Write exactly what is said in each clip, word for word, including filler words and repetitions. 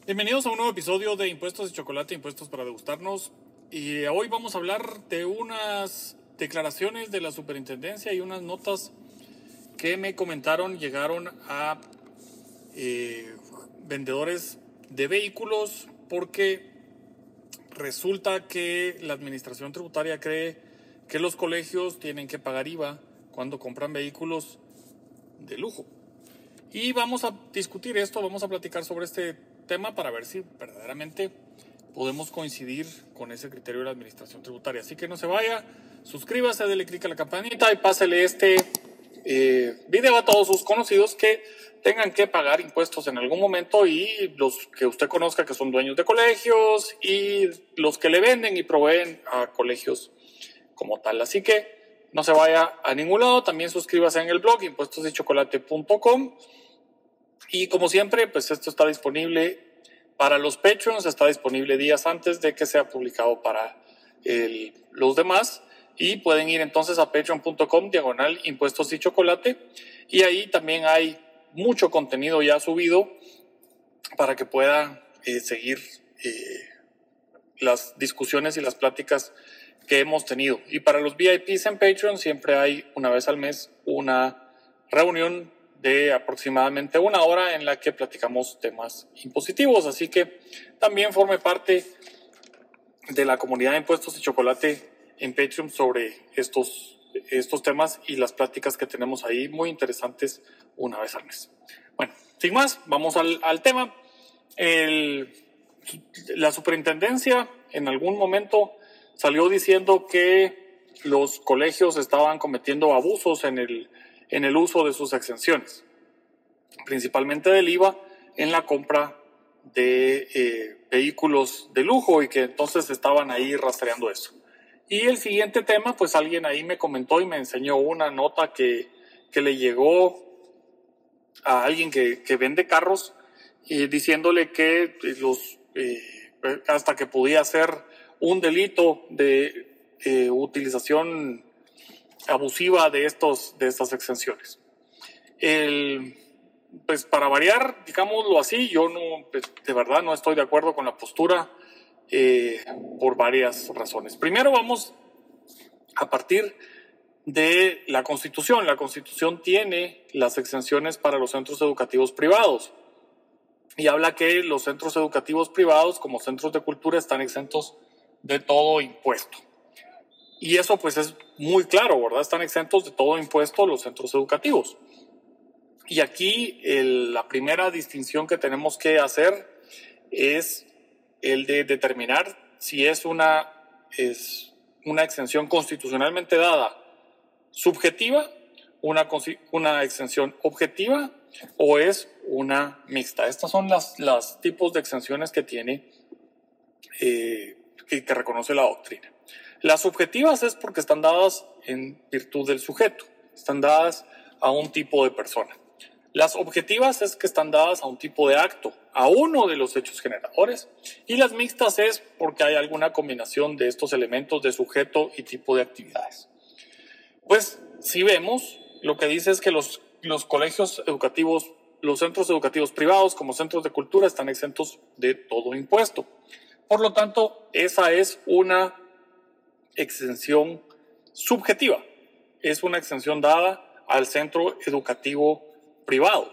Bienvenidos a un nuevo episodio de Impuestos y Chocolate, Impuestos para Degustarnos. Y hoy vamos a hablar de unas declaraciones de la superintendencia y unas notas que me comentaron llegaron a eh, vendedores de vehículos, porque resulta que la administración tributaria cree que los colegios tienen que pagar I V A cuando compran vehículos de lujo. Y vamos a discutir esto, vamos a platicar sobre este tema para ver si verdaderamente podemos coincidir con ese criterio de la administración tributaria. Así que no se vaya, suscríbase, dele clic a la campanita y pásele este eh, video a todos sus conocidos que tengan que pagar impuestos en algún momento, y los que usted conozca que son dueños de colegios y los que le venden y proveen a colegios como tal. Así que no se vaya a ningún lado, también suscríbase en el blog impuestos y chocolate punto com. Y como siempre, pues esto está disponible para los Patreons, está disponible días antes de que sea publicado para el, los demás. Y pueden ir entonces a patreon punto com diagonal impuestos y chocolate. Y ahí también hay mucho contenido ya subido para que pueda eh, seguir eh, las discusiones y las pláticas que hemos tenido. Y para los V I Ps en Patreon siempre hay una vez al mes una reunión de aproximadamente una hora en la que platicamos temas impositivos. Así que también forme parte de la comunidad de Impuestos y Chocolate en Patreon sobre estos, estos temas y las pláticas que tenemos ahí muy interesantes una vez al mes. Bueno, sin más, vamos al, al tema. El, la superintendencia en algún momento salió diciendo que los colegios estaban cometiendo abusos en el en el uso de sus exenciones, principalmente del I V A, en la compra de eh, vehículos de lujo, y que entonces estaban ahí rastreando eso. Y el siguiente tema, pues alguien ahí me comentó y me enseñó una nota que, que le llegó a alguien que, que vende carros, y diciéndole que los eh, hasta que podía ser un delito de eh, utilización abusiva de, estos, de estas exenciones. El, pues para variar, digámoslo así, yo no, pues de verdad no estoy de acuerdo con la postura eh, por varias razones. Primero vamos a partir de la Constitución. La Constitución tiene las exenciones para los centros educativos privados y habla que los centros educativos privados como centros de cultura están exentos de todo impuesto. Y eso pues es muy claro, ¿verdad? Están exentos de todo impuesto los centros educativos. Y aquí el, la primera distinción que tenemos que hacer es el de determinar si es una, es una exención constitucionalmente dada subjetiva, una, una exención objetiva, o es una mixta. Estas son las, las tipos de exenciones que tiene, eh, que, que reconoce la doctrina. Las subjetivas es porque están dadas en virtud del sujeto, están dadas a un tipo de persona. Las objetivas es que están dadas a un tipo de acto, a uno de los hechos generadores. Y las mixtas es porque hay alguna combinación de estos elementos de sujeto y tipo de actividades. Pues si vemos, lo que dice es que los, los colegios educativos, los centros educativos privados como centros de cultura están exentos de todo impuesto. Por lo tanto, esa es una exención subjetiva, es una exención dada al centro educativo privado.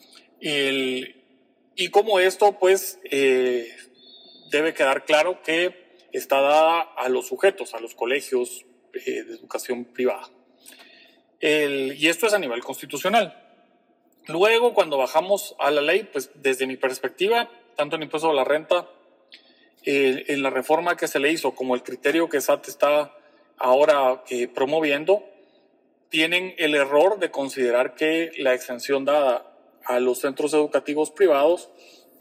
El, y como esto, pues, eh, debe quedar claro que está dada a los sujetos, a los colegios eh, de educación privada. El, y esto es a nivel constitucional. Luego, cuando bajamos a la ley, pues, desde mi perspectiva, tanto en impuesto a la renta, Eh, en la reforma que se le hizo, como el criterio que S A T está ahora eh, promoviendo, tienen el error de considerar que la exención dada a los centros educativos privados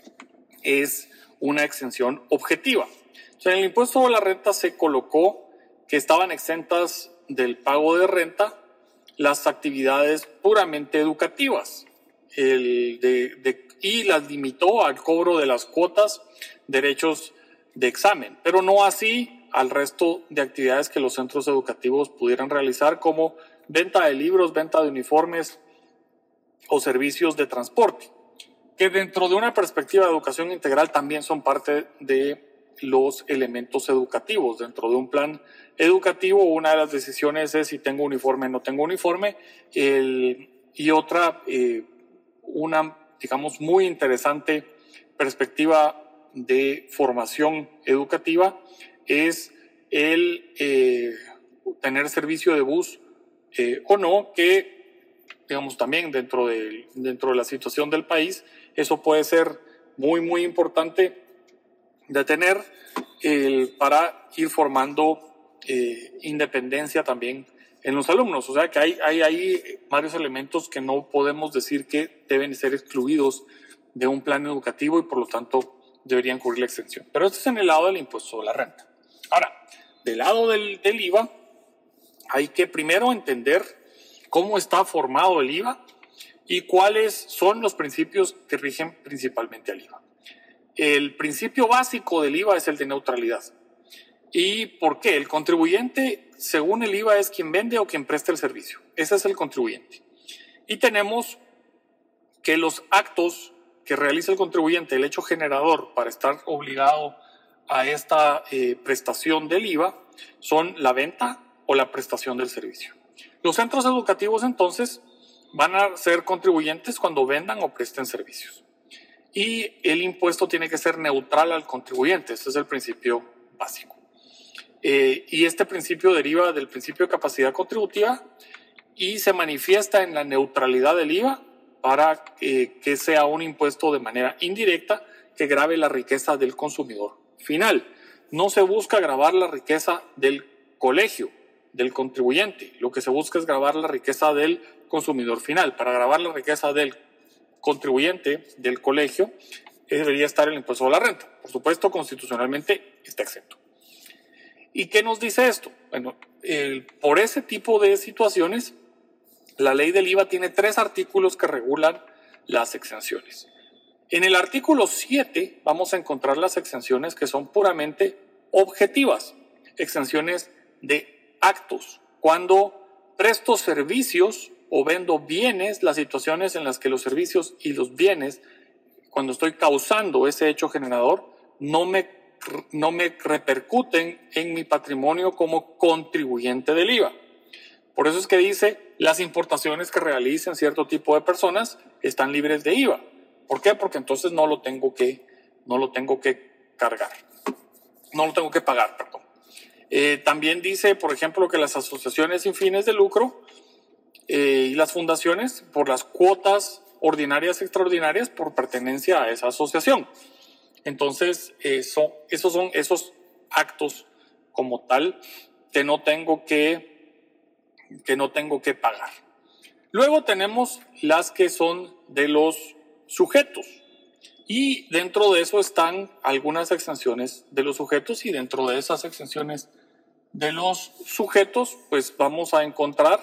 es una exención objetiva. O sea, en el impuesto a la renta se colocó que estaban exentas del pago de renta las actividades puramente educativas, el de, de, y las limitó al cobro de las cuotas, derechos de examen, pero no así al resto de actividades que los centros educativos pudieran realizar, como venta de libros, venta de uniformes o servicios de transporte. que dentro de una perspectiva de educación integral también son parte de los elementos educativos. Dentro de un plan educativo, una de las decisiones es si tengo uniforme o no tengo uniforme, el, y otra, eh, una, digamos, muy interesante perspectiva de formación educativa es el eh, tener servicio de bus eh, o no, que, digamos, también dentro de, dentro de la situación del país, eso puede ser muy, muy importante de tener eh, para ir formando eh, independencia también en los alumnos. O sea que hay, hay, hay varios elementos que no podemos decir que deben ser excluidos de un plan educativo y por lo tanto deberían cubrir la extensión. Pero esto es en el lado del impuesto a la renta. Ahora, del lado del, del I V A, hay que primero entender cómo está formado el I V A y cuáles son los principios que rigen principalmente al I V A. El principio básico del I V A es el de neutralidad. ¿Y por qué? El contribuyente, según el I V A, es quien vende o quien presta el servicio. Ese es el contribuyente. Y tenemos que los actos que realiza el contribuyente, el hecho generador para estar obligado a esta eh, prestación del I V A, son la venta o la prestación del servicio. Los centros educativos, entonces, van a ser contribuyentes cuando vendan o presten servicios. Y el impuesto tiene que ser neutral al contribuyente. Este es el principio básico. Eh, y este principio deriva del principio de capacidad contributiva y se manifiesta en la neutralidad del I V A para eh, que sea un impuesto de manera indirecta que grave la riqueza del consumidor final. No se busca gravar la riqueza del colegio, del contribuyente. Lo que se busca es gravar la riqueza del consumidor final. Para gravar la riqueza del contribuyente del colegio debería estar el impuesto a la renta. Por supuesto, constitucionalmente está exento. ¿Y qué nos dice esto? Bueno, el, por ese tipo de situaciones, la ley del I V A tiene tres artículos que regulan las exenciones. En el artículo siete vamos a encontrar las exenciones que son puramente objetivas, exenciones de actos. Cuando presto servicios o vendo bienes, las situaciones en las que los servicios y los bienes, cuando estoy causando ese hecho generador, no me, no me repercuten en mi patrimonio como contribuyente del I V A. Por eso es que dice, las importaciones que realicen cierto tipo de personas están libres de I V A. ¿Por qué? Porque entonces no lo tengo que, no lo tengo que cargar, no lo tengo que pagar, perdón. Eh, también dice, por ejemplo, que las asociaciones sin fines de lucro eh, y las fundaciones por las cuotas ordinarias y extraordinarias por pertenencia a esa asociación. Entonces, eso, esos son esos actos como tal que no tengo que, que no tengo que pagar. Luego tenemos las que son de los sujetos. Y dentro de eso están algunas exenciones de los sujetos y dentro de esas exenciones de los sujetos, pues vamos a encontrar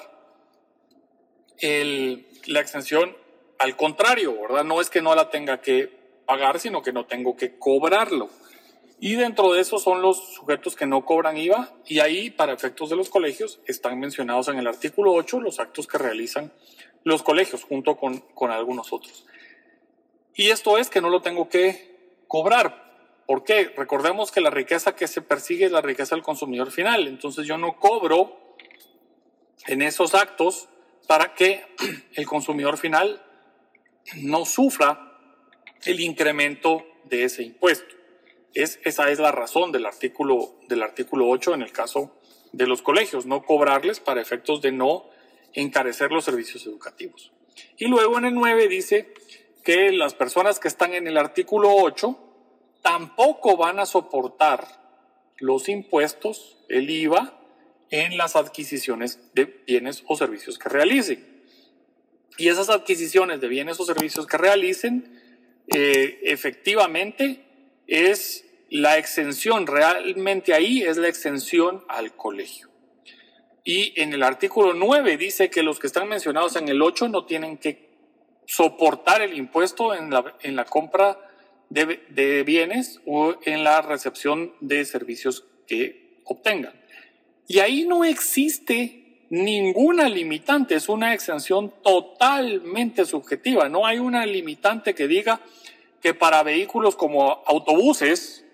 el, la exención al contrario, ¿verdad? No es que no la tenga que pagar, sino que no tengo que cobrarlo. Y dentro de eso son los sujetos que no cobran I V A y ahí, para efectos de los colegios, están mencionados en el artículo ocho los actos que realizan los colegios junto con, con algunos otros. Y esto es que no lo tengo que cobrar. ¿Por qué? Recordemos que la riqueza que se persigue es la riqueza del consumidor final. Entonces yo no cobro en esos actos para que el consumidor final no sufra el incremento de ese impuesto. Es, esa es la razón del artículo, del artículo ocho en el caso de los colegios, no cobrarles para efectos de no encarecer los servicios educativos. Y luego en el nueve dice que las personas que están en el artículo ocho tampoco van a soportar los impuestos, el I V A, en las adquisiciones de bienes o servicios que realicen. Y esas adquisiciones de bienes o servicios que realicen, eh, efectivamente, es la exención, realmente ahí es la exención al colegio. Y en el artículo nueve dice que los que están mencionados en el ocho no tienen que soportar el impuesto en la, en la compra de, de bienes o en la recepción de servicios que obtengan. Y ahí no existe ninguna limitante, es una exención totalmente subjetiva. No hay una limitante que diga que para vehículos como autobuses,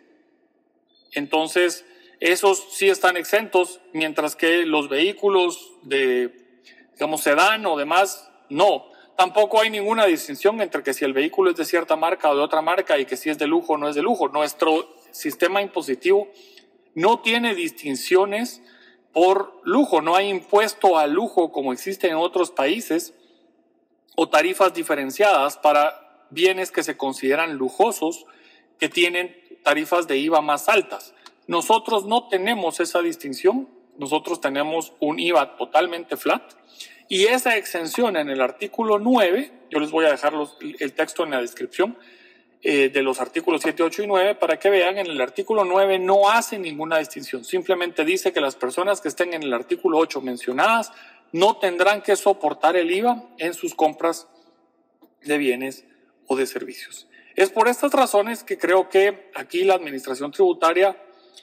entonces esos sí están exentos, mientras que los vehículos de, digamos, sedán o demás, no. Tampoco hay ninguna distinción entre que si el vehículo es de cierta marca o de otra marca y que si es de lujo o no es de lujo. Nuestro sistema impositivo no tiene distinciones por lujo, no hay impuesto al lujo como existe en otros países o tarifas diferenciadas para bienes que se consideran lujosos que tienen tarifas de I V A más altas. Nosotros no tenemos esa distinción, nosotros tenemos un I V A totalmente flat y esa exención en el artículo nueve, yo les voy a dejar los, el texto en la descripción, Eh, de los artículos siete, ocho y nueve para que vean. En el artículo nueve no hace ninguna distinción, simplemente dice que las personas que estén en el artículo ocho mencionadas no tendrán que soportar el I V A en sus compras de bienes o de servicios. Es por estas razones que creo que aquí la administración tributaria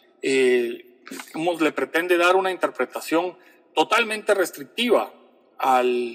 eh, digamos, le pretende dar una interpretación totalmente restrictiva al,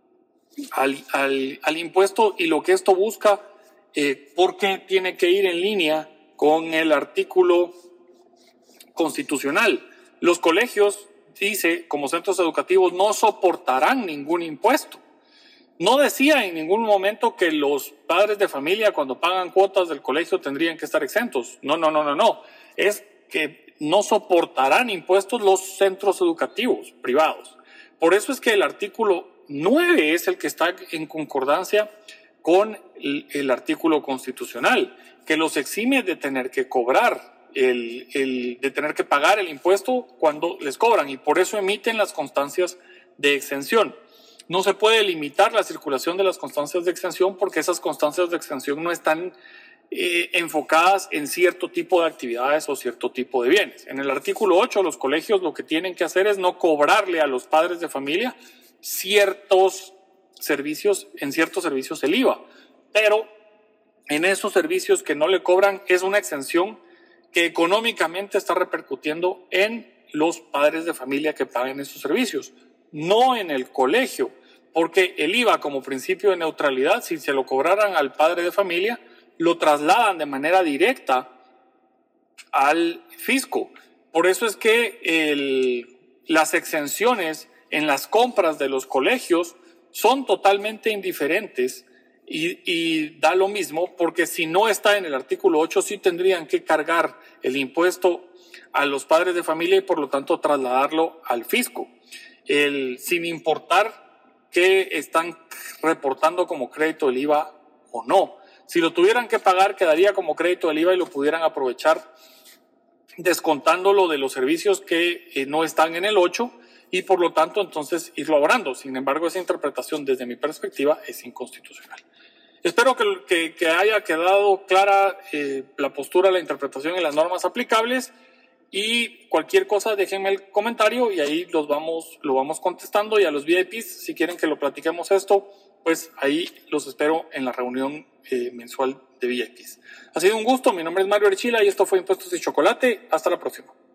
al, al, al impuesto, y lo que esto busca Eh, porque tiene que ir en línea con el artículo constitucional. Los colegios, dice, como centros educativos, no soportarán ningún impuesto. No decía en ningún momento que los padres de familia, cuando pagan cuotas del colegio, tendrían que estar exentos. No, no, no, no, no. Es que no soportarán impuestos los centros educativos privados. Por eso es que el artículo nueve es el que está en concordancia con el, el artículo constitucional, que los exime de tener que cobrar, el, el, de tener que pagar el impuesto cuando les cobran, y por eso emiten las constancias de exención. No se puede limitar la circulación de las constancias de exención porque esas constancias de exención no están eh, enfocadas en cierto tipo de actividades o cierto tipo de bienes. En el artículo ocho, los colegios lo que tienen que hacer es no cobrarle a los padres de familia ciertos servicios, en ciertos servicios el I V A, pero en esos servicios que no le cobran es una exención que económicamente está repercutiendo en los padres de familia que paguen esos servicios, no en el colegio, porque el I V A como principio de neutralidad, si se lo cobraran al padre de familia, lo trasladan de manera directa al fisco. Por eso es que el, las exenciones en las compras de los colegios son totalmente indiferentes y, y da lo mismo, porque si no está en el artículo ocho, sí tendrían que cargar el impuesto a los padres de familia y por lo tanto trasladarlo al fisco, el, sin importar que están reportando como crédito el I V A o no. Si lo tuvieran que pagar, quedaría como crédito el I V A y lo pudieran aprovechar descontándolo de los servicios que eh, no están en el ocho, y por lo tanto entonces irlo ahorrando. Sin embargo, esa interpretación desde mi perspectiva es inconstitucional. Espero que, que, que haya quedado clara eh, la postura, la interpretación y las normas aplicables, y cualquier cosa déjenme el comentario y ahí los vamos, lo vamos contestando. Y a los V I Ps, si quieren que lo platiquemos esto, pues ahí los espero en la reunión eh, mensual de V I Ps. Ha sido un gusto, mi nombre es Mario Archila y esto fue Impuestos y Chocolate. Hasta la próxima.